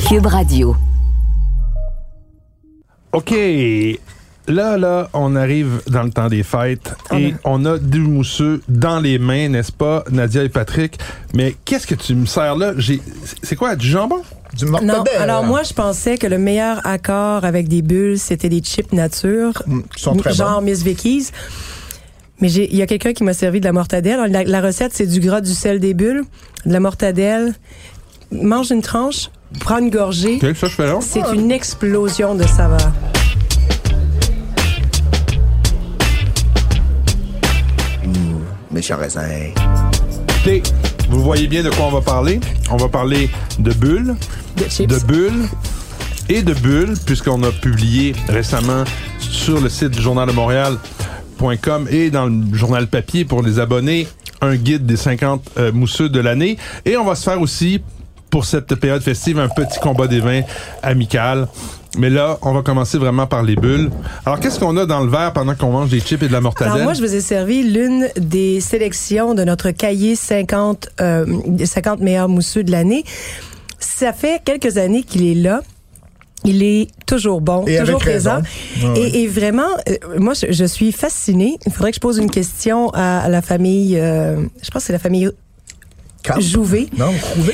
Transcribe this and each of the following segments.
Cube Radio. OK. Là, on arrive dans le temps des fêtes et on a du mousseux dans les mains, n'est-ce pas, Nadia et Patrick? Mais qu'est-ce que tu me sers là? C'est quoi, du jambon? Du mortadelle. Non, alors moi, je pensais que le meilleur accord avec des bulles, c'était des chips nature, qui sont très genre bonnes. Miss Vicky's. Mais il y a quelqu'un qui m'a servi de la mortadelle. La recette, c'est du gras, du sel, des bulles, de la mortadelle. Mange une tranche, prends une gorgée. OK, ça, je fais là. C'est une explosion de saveur. Méchant raisin. Écoutez, vous voyez bien de quoi on va parler. On va parler de bulles, De chips. de bulles et de bulles, puisqu'on a publié récemment sur le site du Journal de Montréal.com et dans le journal papier pour les abonnés, un guide des 50 mousseux de l'année. Et on va se faire aussi, pour cette période festive, un petit combat des vins amical. Mais là, on va commencer vraiment par les bulles. Alors, qu'est-ce qu'on a dans le verre pendant qu'on mange des chips et de la mortadelle? Alors moi, je vous ai servi l'une des sélections de notre cahier 50 meilleurs mousseux de l'année. Ça fait quelques années qu'il est là. Il est toujours bon, Et toujours avec présent. raison. Et vraiment, moi, je suis fascinée. Il faudrait que je pose une question à la famille, je pense que c'est la famille Jouvet. Non, Rouvet.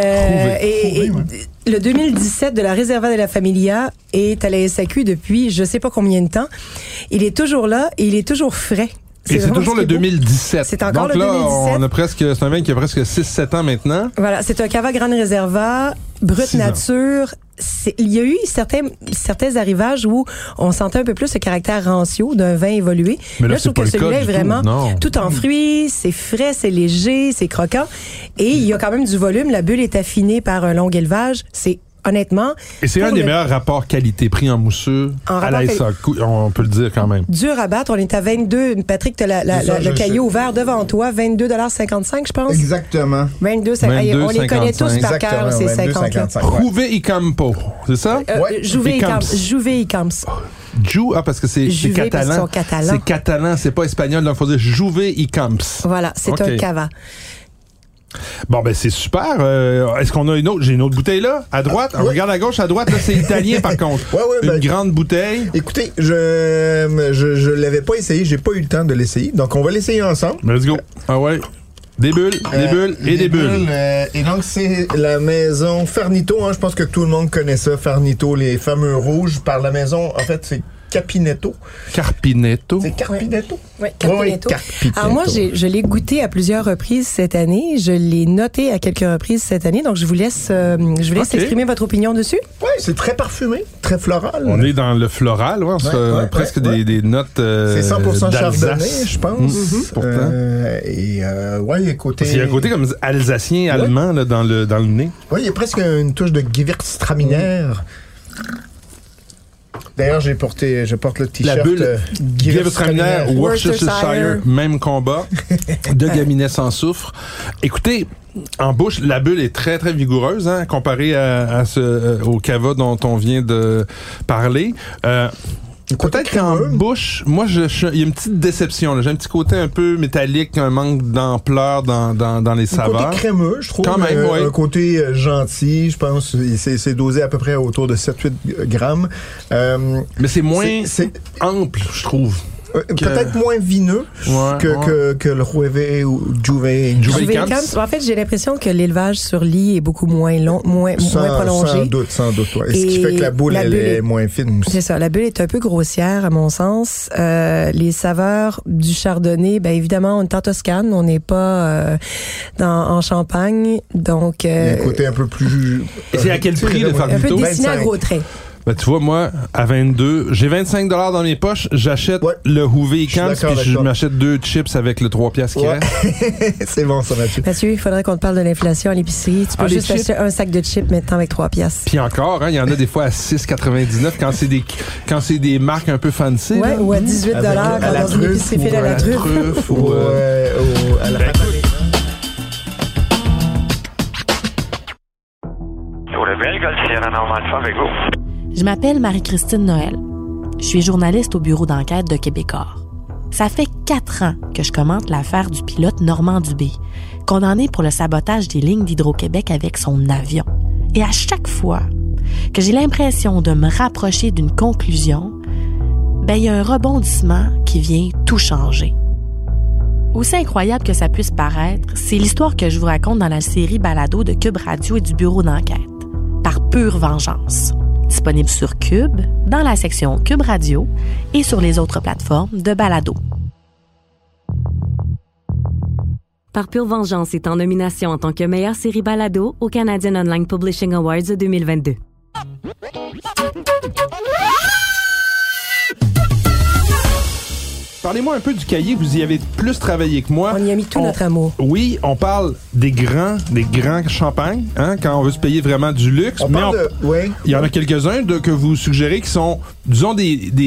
Et ouais. le 2017 de la Reserva de la Familia est à la SAQ depuis je sais pas combien de temps. Il est toujours là et il est toujours frais. Et c'est vraiment toujours ce le qui est beau. 2017. C'est encore donc le là, 2017. c'est un vin qui a presque 6-7 ans maintenant. Voilà, c'est un Cava Grande Reserva, brut 6 ans. nature. Il y a eu certains arrivages où on sentait un peu plus le caractère rancio d'un vin évolué. Mais là, je trouve c'est pas que le celui-là cas est du vraiment tout, non. tout en fruits, c'est frais, c'est léger, c'est croquant. Et il y a quand même du volume. La bulle est affinée par un long élevage. C'est honnêtement... Et c'est pour un des le- meilleurs rapports qualité-prix en mousseux En à la rapport SAQ, on peut le dire quand même. Dur à battre. On est à 22. Patrick, t'as C'est ça, le je cahier sais. ouvert devant toi. 22,55 je pense. Exactement. 22,55 On les connaît tous par cœur, ces 50 là. 55. Ouais. Rouvet y Campo, c'est ça? Ouais. Jouvet Et et Camps. Camps. Jouvet et Camps. Jou, parce que c'est Juvet, parce qu'ils catalan. sont catalans. C'est catalan, c'est pas espagnol, donc il faut dire Jouvet y Camps. Voilà, c'est OK. un cava. Bon, ben c'est super. Est-ce qu'on a une autre? J'ai une autre bouteille là, à droite. On regarde à gauche, à droite, là, c'est italien par contre. Ouais, Une ben, grande bouteille. Écoutez, je l'avais pas essayé, j'ai pas eu le temps de l'essayer. Donc, on va l'essayer ensemble. Let's go. Ah ouais. Des bulles et Les des bulles. et donc, c'est la maison Farnito. Hein, je pense que tout le monde connaît ça, Farnito, les fameux rouges. Par la maison, en fait, c'est Capinetto. Carpinetto. C'est Carpinetto? Oui, Carpinetto. Alors moi, je l'ai goûté à plusieurs reprises cette année. Je l'ai noté à quelques reprises cette année. Donc, je vous laisse OK. exprimer votre opinion dessus. Oui, c'est très parfumé, très floral. On est dans le floral, ouais, presque des notes C'est 100% d'Alsace. chardonnay, je pense. Pourtant. Ouais, côté... Il y a un côté comme alsacien, allemand là, dans le nez. Oui, il y a presque une touche de Gewürztraminer. D'ailleurs, je porte le t-shirt La bulle Gewürztraminer. Gewürztraminer, Worcestershire, Worcestershire. même combat, de Gaminet sans soufre. Écoutez, en bouche, la bulle est très, très vigoureuse, hein, comparée au cava dont on vient de parler. Peut-être qu'en crémeux. bouche, moi, il y a une petite déception. Là. J'ai un petit côté un peu métallique, un manque d'ampleur dans les Un saveurs. côté crémeux, je trouve. Quand même, oui. Un côté gentil, je pense. C'est dosé à peu près autour de 7-8 grammes. Mais c'est moins c'est- ample, je trouve. Peut-être moins vineux Ouais, que le Rouvet ou Jouvet. Jouvet Jouvet et Camps. Camps. En fait, j'ai l'impression que l'élevage sur lit est beaucoup moins long, moins prolongé. Sans doute. Ouais. Ce qui Et fait que la boule, la elle bulle est est- moins fine aussi. C'est ça. La bulle est un peu grossière, à mon sens. Les saveurs du chardonnay, ben évidemment, on est en Toscane, on n'est pas en Champagne, donc Il y a un côté un peu plus... Et c'est à quel prix, le un peu Farnito? dessiné à 25. gros traits. Ben, tu vois, moi, à 22, j'ai 25 $ dans mes poches, j'achète Ouais. le Rouvet Je suis Camps, d'accord puis avec je toi. m'achète 2 chips avec le 3 piastres qui Ouais. reste. C'est bon, ça, Mathieu. Mathieu, il faudrait qu'on te parle de l'inflation à l'épicerie. Tu peux Ah, les juste chips? acheter un sac de chips maintenant avec 3 piastres. Puis encore, hein, il y en a des fois à 6,99 quand c'est des marques un peu fancy. Ouais, là. ou à 18 Avec- à la dans une truffe épicerie ou file à à la la truffe. ou, à la Pour le Belgol Sierra Normal avec vous. Je m'appelle Marie-Christine Noël. Je suis journaliste au bureau d'enquête de Québecor. Ça fait 4 ans que je commente l'affaire du pilote Normand Dubé, condamné pour le sabotage des lignes d'Hydro-Québec avec son avion. Et à chaque fois, que j'ai l'impression de me rapprocher d'une conclusion, ben il y a un rebondissement qui vient tout changer. Aussi incroyable que ça puisse paraître, c'est l'histoire que je vous raconte dans la série Balado de Cube Radio et du bureau d'enquête, Par pure vengeance, disponible sur Cube, dans la section Cube Radio et sur les autres plateformes de Balado. Par pure vengeance est en nomination en tant que meilleure série Balado au Canadian Online Publishing Awards 2022. Parlez-moi un peu du cahier, vous y avez plus travaillé que moi. On y a mis tout notre amour. Oui, on parle des grands champagnes, hein, quand on veut se payer vraiment du luxe. Il y en a quelques-uns que vous suggérez qui sont, disons,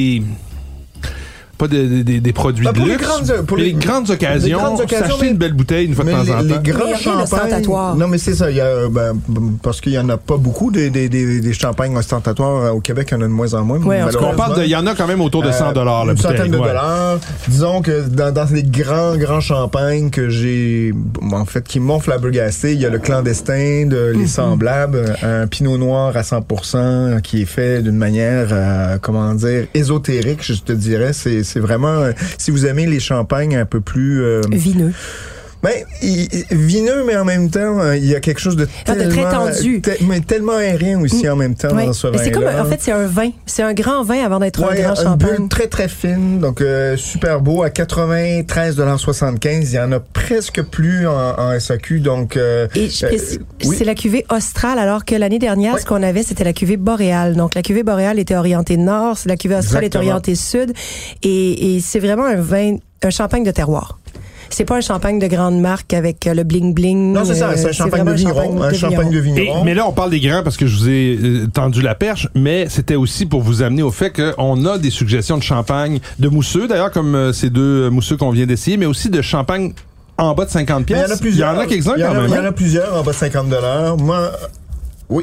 pas des produits de luxe, pour les grandes occasions, s'acheter une belle bouteille une fois de temps en temps. Les grands champagnes, non mais c'est ça, il y a, parce qu'il y en a pas beaucoup des champagnes ostentatoires au Québec, il y en a de moins en moins. Ouais, on parle il y en a quand même autour de 100 $, la une bouteille. Centaine de dollars. Disons que dans les grands champagnes que j'ai, en fait, qui m'ont flabbergasté, il y a le clandestin de Les Semblables, un pinot noir à 100% qui est fait d'une manière, ésotérique, je te dirais. C'est vraiment, si vous aimez les champagnes un peu plus vineux. Vineux, mais en même temps, il y a quelque chose de tellement très tendu, mais tellement aérien aussi en même temps dans ce vin-là. C'est comme, en fait, c'est un vin, c'est un grand vin avant d'être un grand champagne. Une bulle très très fine, donc super beau à 93,75 $. Il y en a presque plus en SAQ, donc. C'est la cuvée Austral, alors que l'année dernière, ce qu'on avait, c'était la cuvée Boréale. Donc la cuvée Boréale était orientée nord, la cuvée Austral est orientée sud, et c'est vraiment un champagne de terroir. C'est pas un champagne de grande marque avec le bling-bling. Non, c'est ça, c'est un champagne de vigneron. Un champagne de vigneron. Mais là, on parle des grands parce que je vous ai tendu la perche, mais c'était aussi pour vous amener au fait qu'on a des suggestions de champagne, de mousseux, d'ailleurs, comme ces deux mousseux qu'on vient d'essayer, mais aussi de champagne en bas de 50$. Il y en a plusieurs. Il y en a quelques-uns quand même. Il y en a plusieurs en bas de 50$. Moi, oui.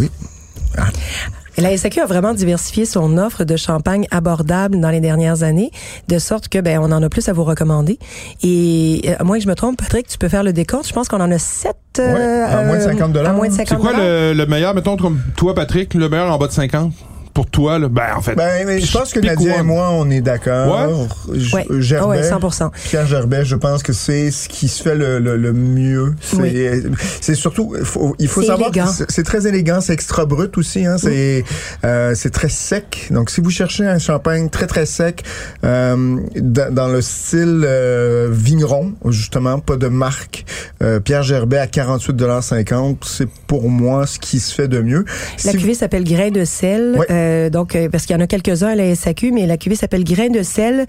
La SAQ a vraiment diversifié son offre de champagne abordable dans les dernières années, de sorte que on en a plus à vous recommander. Et à moins que je me trompe, Patrick, tu peux faire le décompte. Je pense qu'on en a 7 à moins de 50$. À moins de 50$. C'est quoi le meilleur, mettons, comme toi, Patrick, le meilleur en bas de 50$? Pour toi, là, en fait. Mais je pense que Nadia et moi, on est d'accord. Ouais. Gerbet, 100%. Pierre Gerbet, je pense que c'est ce qui se fait le mieux. C'est surtout, il faut savoir élégant. que c'est très élégant, c'est extra brut aussi, hein. C'est très sec. Donc, si vous cherchez un champagne très, très sec, dans le style vigneron, justement, pas de marque, Pierre Gerbet à 48,50 $, c'est pour moi ce qui se fait de mieux. La cuvée s'appelle Grain de sel. Donc, parce qu'il y en a quelques-uns à la SAQ, mais la cuvée s'appelle Grain de sel,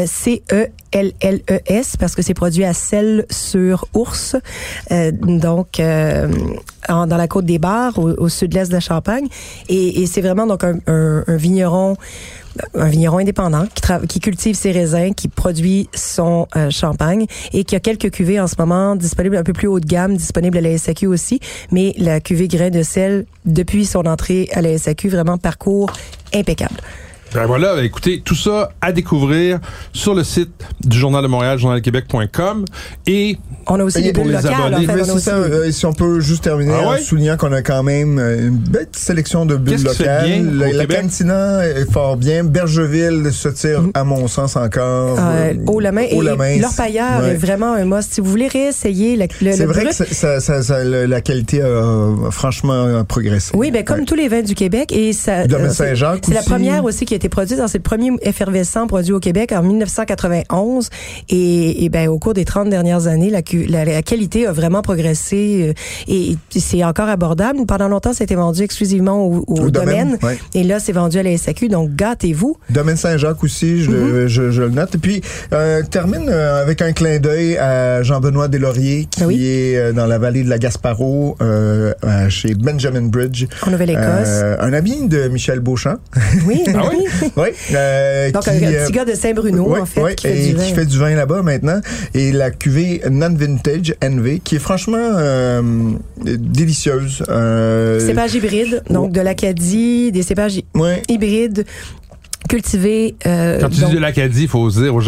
CELLES, parce que c'est produit à Celles-sur-Ours, dans la côte des Bars, au sud-est de la Champagne. Et c'est vraiment donc un vigneron indépendant qui cultive ses raisins, qui produit son champagne et qui a quelques cuvées en ce moment disponibles un peu plus haut de gamme, disponibles à la SAQ aussi, mais la cuvée Grain de sel, depuis son entrée à la SAQ, vraiment parcours impeccable. Voilà, écoutez, tout ça à découvrir sur le site du Journal de Montréal, journalquebec.com. Et on a aussi des bulles locales. En fait, c'est ça. Si on peut juste terminer en soulignant qu'on a quand même une belle sélection de bulles locales. La Cantina est fort bien. Bergeville se tire, à mon sens, encore haut la main. Et l'Orpailleur est vraiment un must. Si vous voulez réessayer c'est vrai que la qualité a franchement progressé. Oui, comme tous les vins du Québec. Et ça, Domaine Saint-Jacques c'est la première aussi qui a été produite. C'est le premier effervescent produit au Québec en 1991. Et au cours des 30 dernières années, la qualité a vraiment progressé et c'est encore abordable. Pendant longtemps, c'était vendu exclusivement au domaine. Et là, c'est vendu à la SAQ. Donc, gâtez-vous. Domaine Saint-Jacques aussi, je le note. Et puis, termine avec un clin d'œil à Jean-Benoît Deslauriers qui est dans la vallée de la Gasparo, chez Benjamin Bridge. En Nouvelle-Écosse. Un ami de Michel Beauchamp. Oui, oui. Oui. Donc, un petit gars de Saint-Bruno, en fait, qui fait du vin là-bas maintenant. Et la cuvée Non-Vintage NV, qui est franchement délicieuse. Cépage hybride, donc de l'Acadie, des cépages hybrides cultivés. Quand tu dis de l'Acadie, il faut dire aux gens,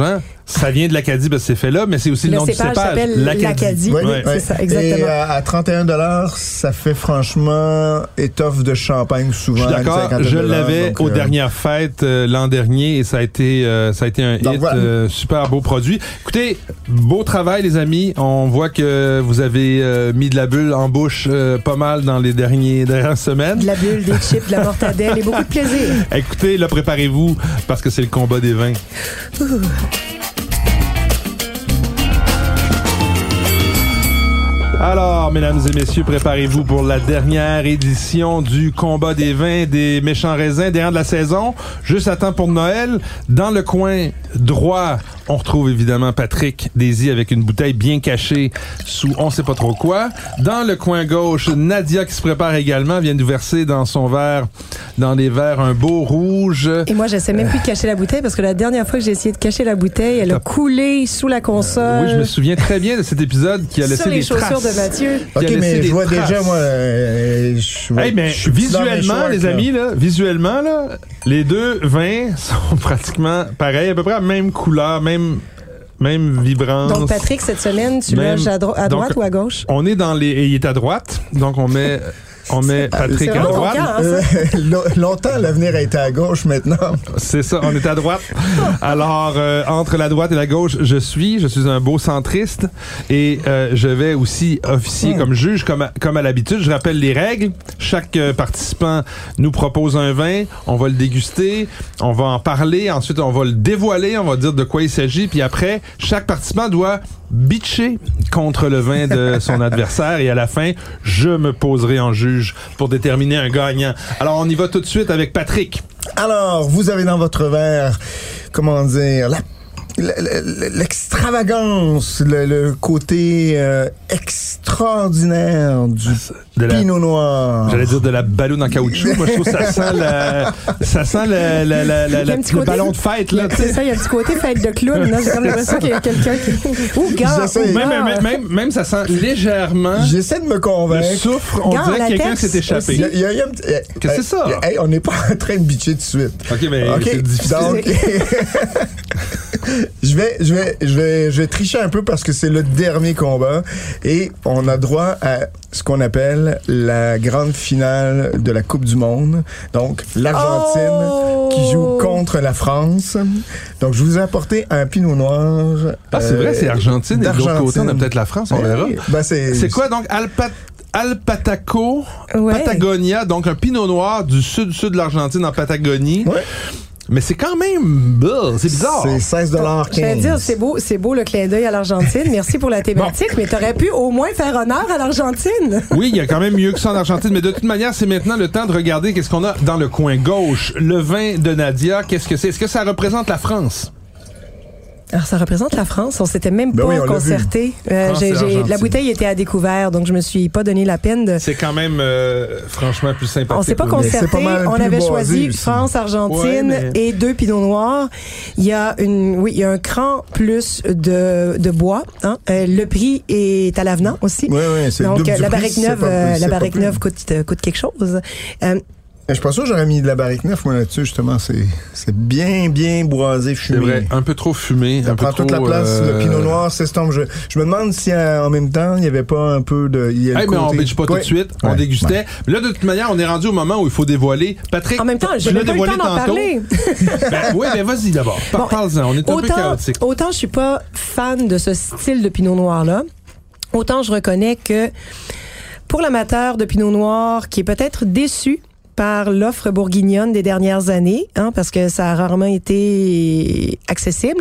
Ça vient de l'Acadie parce que c'est fait là, mais c'est aussi le nom du cépage. S'appelle l'Acadie. Oui, c'est ça, exactement. Et à 31 $, ça fait franchement étoffe de champagne souvent. Je suis d'accord. Je l'avais aux dernières fêtes l'an dernier et ça a été un hit. Voilà. Super beau produit. Écoutez, beau travail les amis. On voit que vous avez mis de la bulle en bouche pas mal dans les dernières semaines. De la bulle, des chips, de la mortadelle et beaucoup de plaisir. Écoutez, là, préparez-vous parce que c'est le combat des vins. Alors, mesdames et messieurs, préparez-vous pour la dernière édition du combat des vins des méchants raisins, dernière de la saison. Juste à temps pour Noël. Dans le coin droit, on retrouve évidemment Patrick Daisy avec une bouteille bien cachée sous on sait pas trop quoi. Dans le coin gauche, Nadia qui se prépare également, vient de verser dans son verre, dans les verres, un beau rouge. Et moi, j'essaie même plus de cacher la bouteille parce que la dernière fois que j'ai essayé de cacher la bouteille, elle a coulé sous la console. Oui, je me souviens très bien de cet épisode qui a laissé des traces. Sur les chaussures de Mathieu. OK, mais je vois déjà, moi, visuellement, les amis, là, visuellement, là, les deux vins sont pratiquement pareils, à peu près la même couleur, même vibrance. Donc, Patrick, cette semaine, tu loges à droite ou à gauche? On est dans les... Il est à droite, donc on met Patrick à droite. Longtemps, l'avenir a été à gauche maintenant. C'est ça, on est à droite. Alors, entre la droite et la gauche, je suis un beau centriste et je vais aussi officier comme juge, comme à l'habitude. Je rappelle les règles. Chaque participant nous propose un vin, on va le déguster, on va en parler, ensuite on va le dévoiler, on va dire de quoi il s'agit, puis après, chaque participant doit bitcher contre le vin de son adversaire et à la fin, je me poserai en juge pour déterminer un gagnant. Alors, on y va tout de suite avec Patrick. Alors, vous avez dans votre verre, comment dire, l'extravagance, le côté extraordinaire du Pinot Noir. J'allais dire de la balloune en caoutchouc. Moi, je trouve que ça sent le ballon de fête. Là, c'est ça, il y a un petit côté fête de clown. J'ai comme l'impression qu'il y a quelqu'un qui... Même ça sent légèrement... J'essaie de me convaincre. Le soufre, on dirait que quelqu'un s'est échappé. Qu'est-ce que c'est ça? On n'est pas en train de bitcher tout de suite. OK, mais c'est difficile. Donc, je vais tricher un peu parce que c'est le dernier combat et on a droit à ce qu'on appelle la grande finale de la Coupe du Monde. Donc, l'Argentine qui joue contre la France. Donc, je vous ai apporté un Pinot Noir. C'est vrai, c'est Argentine et de l'autre côté, on a peut-être la France, on verra. C'est quoi donc Patagonia, donc un Pinot Noir du sud de l'Argentine en Patagonie. Ouais. Mais c'est quand même... c'est bizarre. C'est 16,15 $. Je vais dire, c'est beau le clin d'œil à l'Argentine. Merci pour la thématique, mais t'aurais pu au moins faire honneur à l'Argentine. Oui, il y a quand même mieux que ça en Argentine, mais de toute manière, c'est maintenant le temps de regarder qu'est-ce qu'on a dans le coin gauche. Le vin de Nadia, qu'est-ce que c'est? Est-ce que ça représente la France? Alors, ça représente la France. On s'était même pas concerté. La bouteille était à découvert, donc je me suis pas donné la peine de... C'est quand même, franchement, plus sympathique. On s'est pas concerté. On avait choisi France, Argentine et 2 Pinots Noirs. Il y a un cran plus de bois. Hein. Le prix est à l'avenant aussi. Oui, c'est donc, la barrique neuve coûte quelque chose. Je suis pas sûr que j'aurais mis de la barrique neuve, moi, là-dessus, justement. C'est bien boisé, fumé. C'est vrai, un peu trop fumé. Ça prend toute la place. Le Pinot Noir s'estompe. Je me demande si, en même temps, il n'y avait pas un peu de... mais on ne bitche pas tout de suite. On dégustait. Ouais. Mais là, de toute manière, on est rendu au moment où il faut dévoiler. Patrick, en même temps, je l'ai dévoilé tantôt. Oui, mais vas-y d'abord. Parle-en. On est un peu chaotique. Autant je suis pas fan de ce style de Pinot Noir-là, autant je reconnais que pour l'amateur de Pinot Noir qui est peut-être déçu par l'offre bourguignonne des dernières années, hein, parce que ça a rarement été accessible.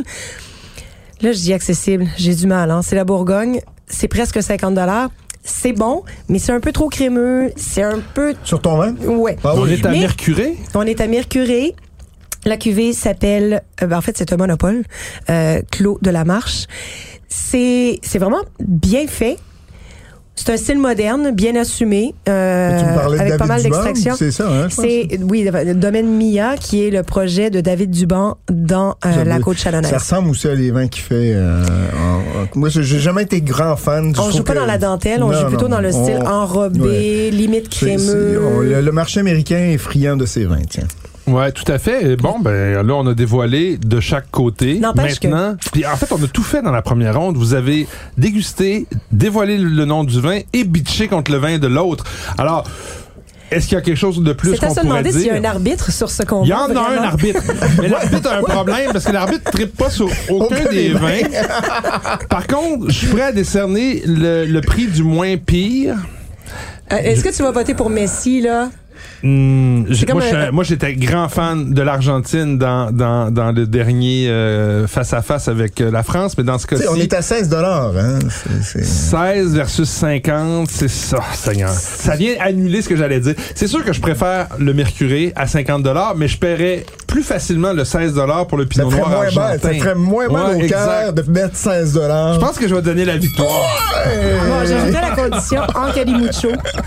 Là, je dis accessible, j'ai du mal. Hein. C'est la Bourgogne, c'est presque 50 $. C'est bon, mais c'est un peu trop crémeux. C'est un peu... Sur ton vin? Ouais. On est à Mercuré? On est à Mercuré. La cuvée s'appelle... en fait, c'est un monopole. Clos de la Marche. C'est vraiment bien fait. C'est un style moderne, bien assumé, avec pas mal d'extraction. C'est ça, hein, je pense. Oui, le domaine Mia, qui est le projet de David Duban dans la côte chalonnaise. Ça ressemble aussi à les vins qu'il fait. Moi, j'ai jamais été grand fan. On joue pas dans la dentelle, on joue plutôt dans le style enrobé, limite crémeux. Le marché américain est friand de ces vins, tiens. Ouais, tout à fait. Bon, ben là, on a dévoilé de chaque côté. N'empêche maintenant. Puis, en fait, on a tout fait dans la première ronde. Vous avez dégusté, dévoilé le nom du vin et bitché contre le vin de l'autre. Alors, est-ce qu'il y a quelque chose de plus qu'on pourrait dire? C'est à se demander s'il y a un arbitre sur ce combat. Il y en a un arbitre. Mais l'arbitre a un problème parce que l'arbitre ne trippe pas sur aucun des vins. Par contre, je suis prêt à décerner le prix du moins pire. Est-ce que tu vas voter pour Messi, là? Moi, j'étais grand fan de l'Argentine dans le dernier face-à-face avec la France, mais dans ce cas-ci... On est à 16 $, hein? 16 versus 50, c'est ça, Seigneur. Ça vient annuler ce que j'allais dire. C'est sûr que je préfère le Mercuré à 50 $, mais je paierais plus facilement le 16 $ pour le Pinot Noir argentin. Ça ferait moins mal au cœur de mettre 16 $. Je pense que je vais donner la victoire. Bon, j'ajoutais la condition en Calimucho.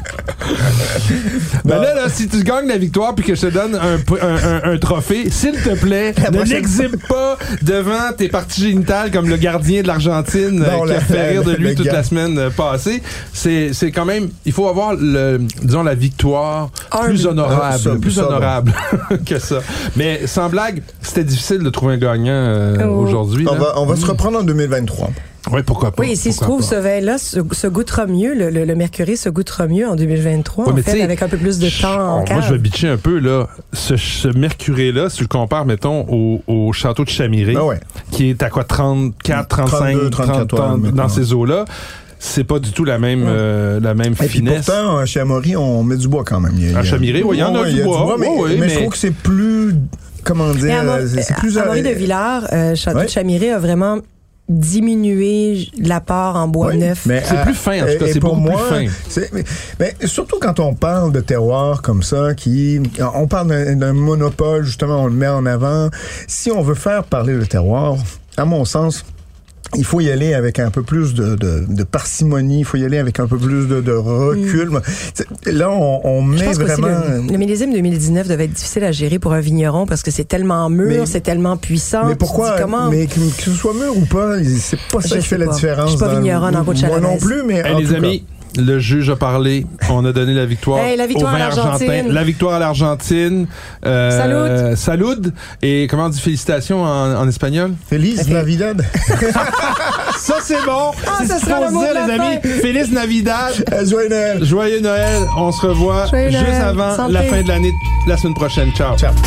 Ben là, si tu gagnes la victoire puis que je te donne un trophée, s'il te plaît, ne l'exhibe pas devant tes parties génitales comme le gardien de l'Argentine qui a fait rire de lui toute la semaine passée. C'est quand même, il faut avoir la victoire plus honorable que ça. Mais sans blague, c'était difficile de trouver un gagnant aujourd'hui. On va se reprendre en 2023. Oui, pourquoi pas. Oui, et s'il se trouve, ce vin-là se goûtera mieux, le Mercury se goûtera mieux en 2023, en fait, avec un peu plus de temps en cave. Moi, je vais bitcher un peu, là. Ce Mercury-là, si tu le compares, mettons, au château de Chamiré, qui est à quoi, 34, 35, 30 dans ces eaux-là, c'est pas du tout la même finesse. Et pourtant, chez Amaury, on met du bois quand même. À Chamiré, oui, il y en a du bois. Mais je trouve que c'est plus... Comment dire? C'est plus... Amaury de Villars, château de Chamiré a vraiment... diminuer l'apport en bois neuf. C'est plus fin, en tout cas, c'est beaucoup plus fin. Mais surtout quand on parle de terroir comme ça, on parle d'un monopole, justement, on le met en avant. Si on veut faire parler le terroir, à mon sens, il faut y aller avec un peu plus de parcimonie, il faut y aller avec un peu plus de recul. Là, on met vraiment... Le millésime 2019 devait être difficile à gérer pour un vigneron parce que c'est tellement mûr, c'est tellement puissant. Mais pourquoi? Mais que ce soit mûr ou pas, c'est pas ça qui fait la différence. Je suis pas vigneronne en Côte-Chalavez. Moi non plus, mais en les amis, le juge a parlé. On a donné la victoire, la victoire au vin argentin. La victoire à l'Argentine. Salud. Et comment on dit félicitations en espagnol? Feliz Navidad. Ça, c'est bon. C'est ce qu'on se dit, les amis. Feliz Navidad. Joyeux Noël. Joyeux Noël. On se revoit juste avant la fin de l'année, la semaine prochaine. Ciao. Ciao.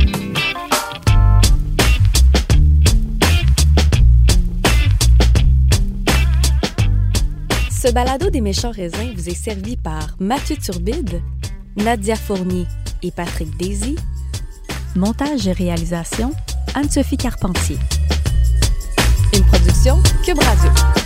Ce balado des méchants raisins vous est servi par Mathieu Turbide, Nadia Fournier et Patrick Daisy. Montage et réalisation, Anne-Sophie Carpentier. Une production Cube Radio.